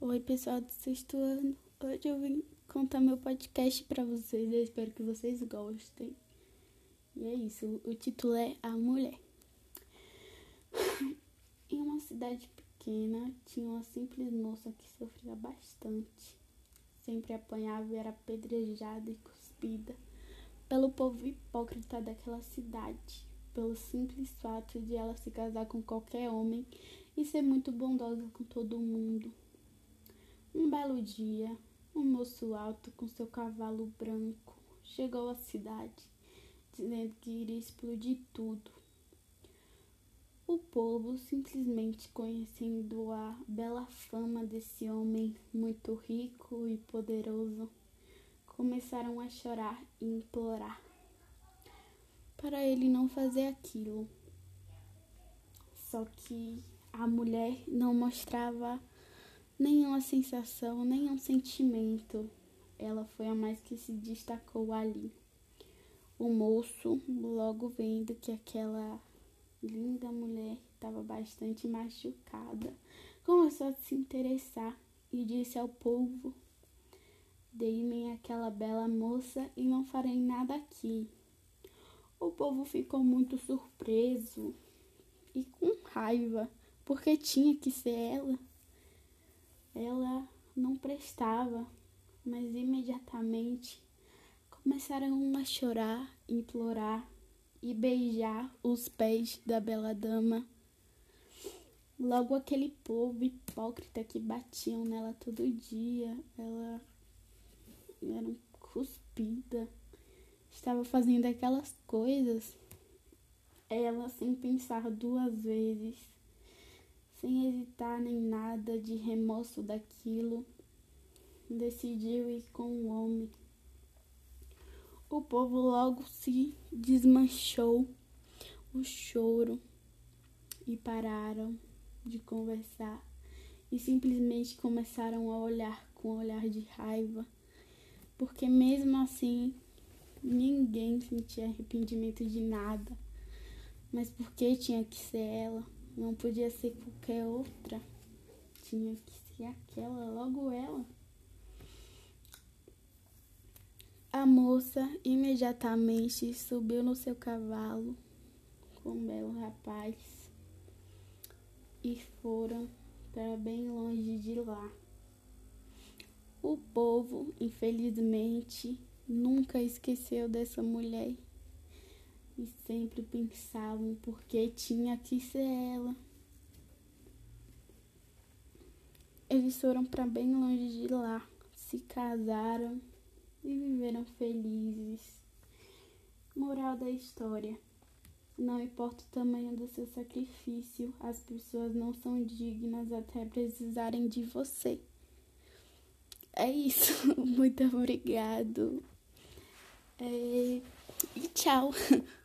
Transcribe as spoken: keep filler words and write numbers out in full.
Oi, pessoal do sexto ano. Hoje eu vim contar meu podcast pra vocês. Eu espero que vocês gostem. E é isso. O título é A Mulher. Em uma cidade pequena, tinha uma simples moça que sofria bastante. Sempre apanhava e era apedrejada e cuspida pelo povo hipócrita daquela cidade, pelo simples fato de ela se casar com qualquer homem e ser muito bondosa com todo mundo. Um belo dia, um moço alto com seu cavalo branco chegou à cidade, dizendo que iria explodir tudo. O povo, simplesmente conhecendo a bela fama desse homem muito rico e poderoso, começaram a chorar e implorar para ele não fazer aquilo. Só que a mulher não mostrava nenhuma sensação, nenhum sentimento. Ela foi a mais que se destacou ali. O moço, logo vendo que aquela linda mulher estava bastante machucada, começou a se interessar e disse ao povo: "Dei-me aquela bela moça e não farei nada aqui." O povo ficou muito surpreso e com raiva, porque tinha que ser ela. Ela não prestava, mas imediatamente começaram a chorar, implorar e beijar os pés da bela dama. Logo aquele povo hipócrita que batiam nela todo dia, ela era cuspida, estava fazendo aquelas coisas, ela sem pensar duas vezes, sem hesitar nem nada de remorso daquilo, decidiu ir com o homem. O povo logo se desmanchou o choro e pararam de conversar e simplesmente começaram a olhar com um olhar de raiva, porque mesmo assim ninguém sentia arrependimento de nada, mas porque tinha que ser ela, não podia ser qualquer outra, tinha que ser aquela, logo ela. A moça imediatamente subiu no seu cavalo com um belo rapaz e foram para bem longe de lá. O povo, infelizmente, nunca esqueceu dessa mulher e sempre pensavam por que tinha que ser ela. Eles foram para bem longe de lá, se casaram e viveram felizes. Moral da história: não importa o tamanho do seu sacrifício, as pessoas não são dignas até precisarem de você. É isso. Muito obrigado. É... E tchau.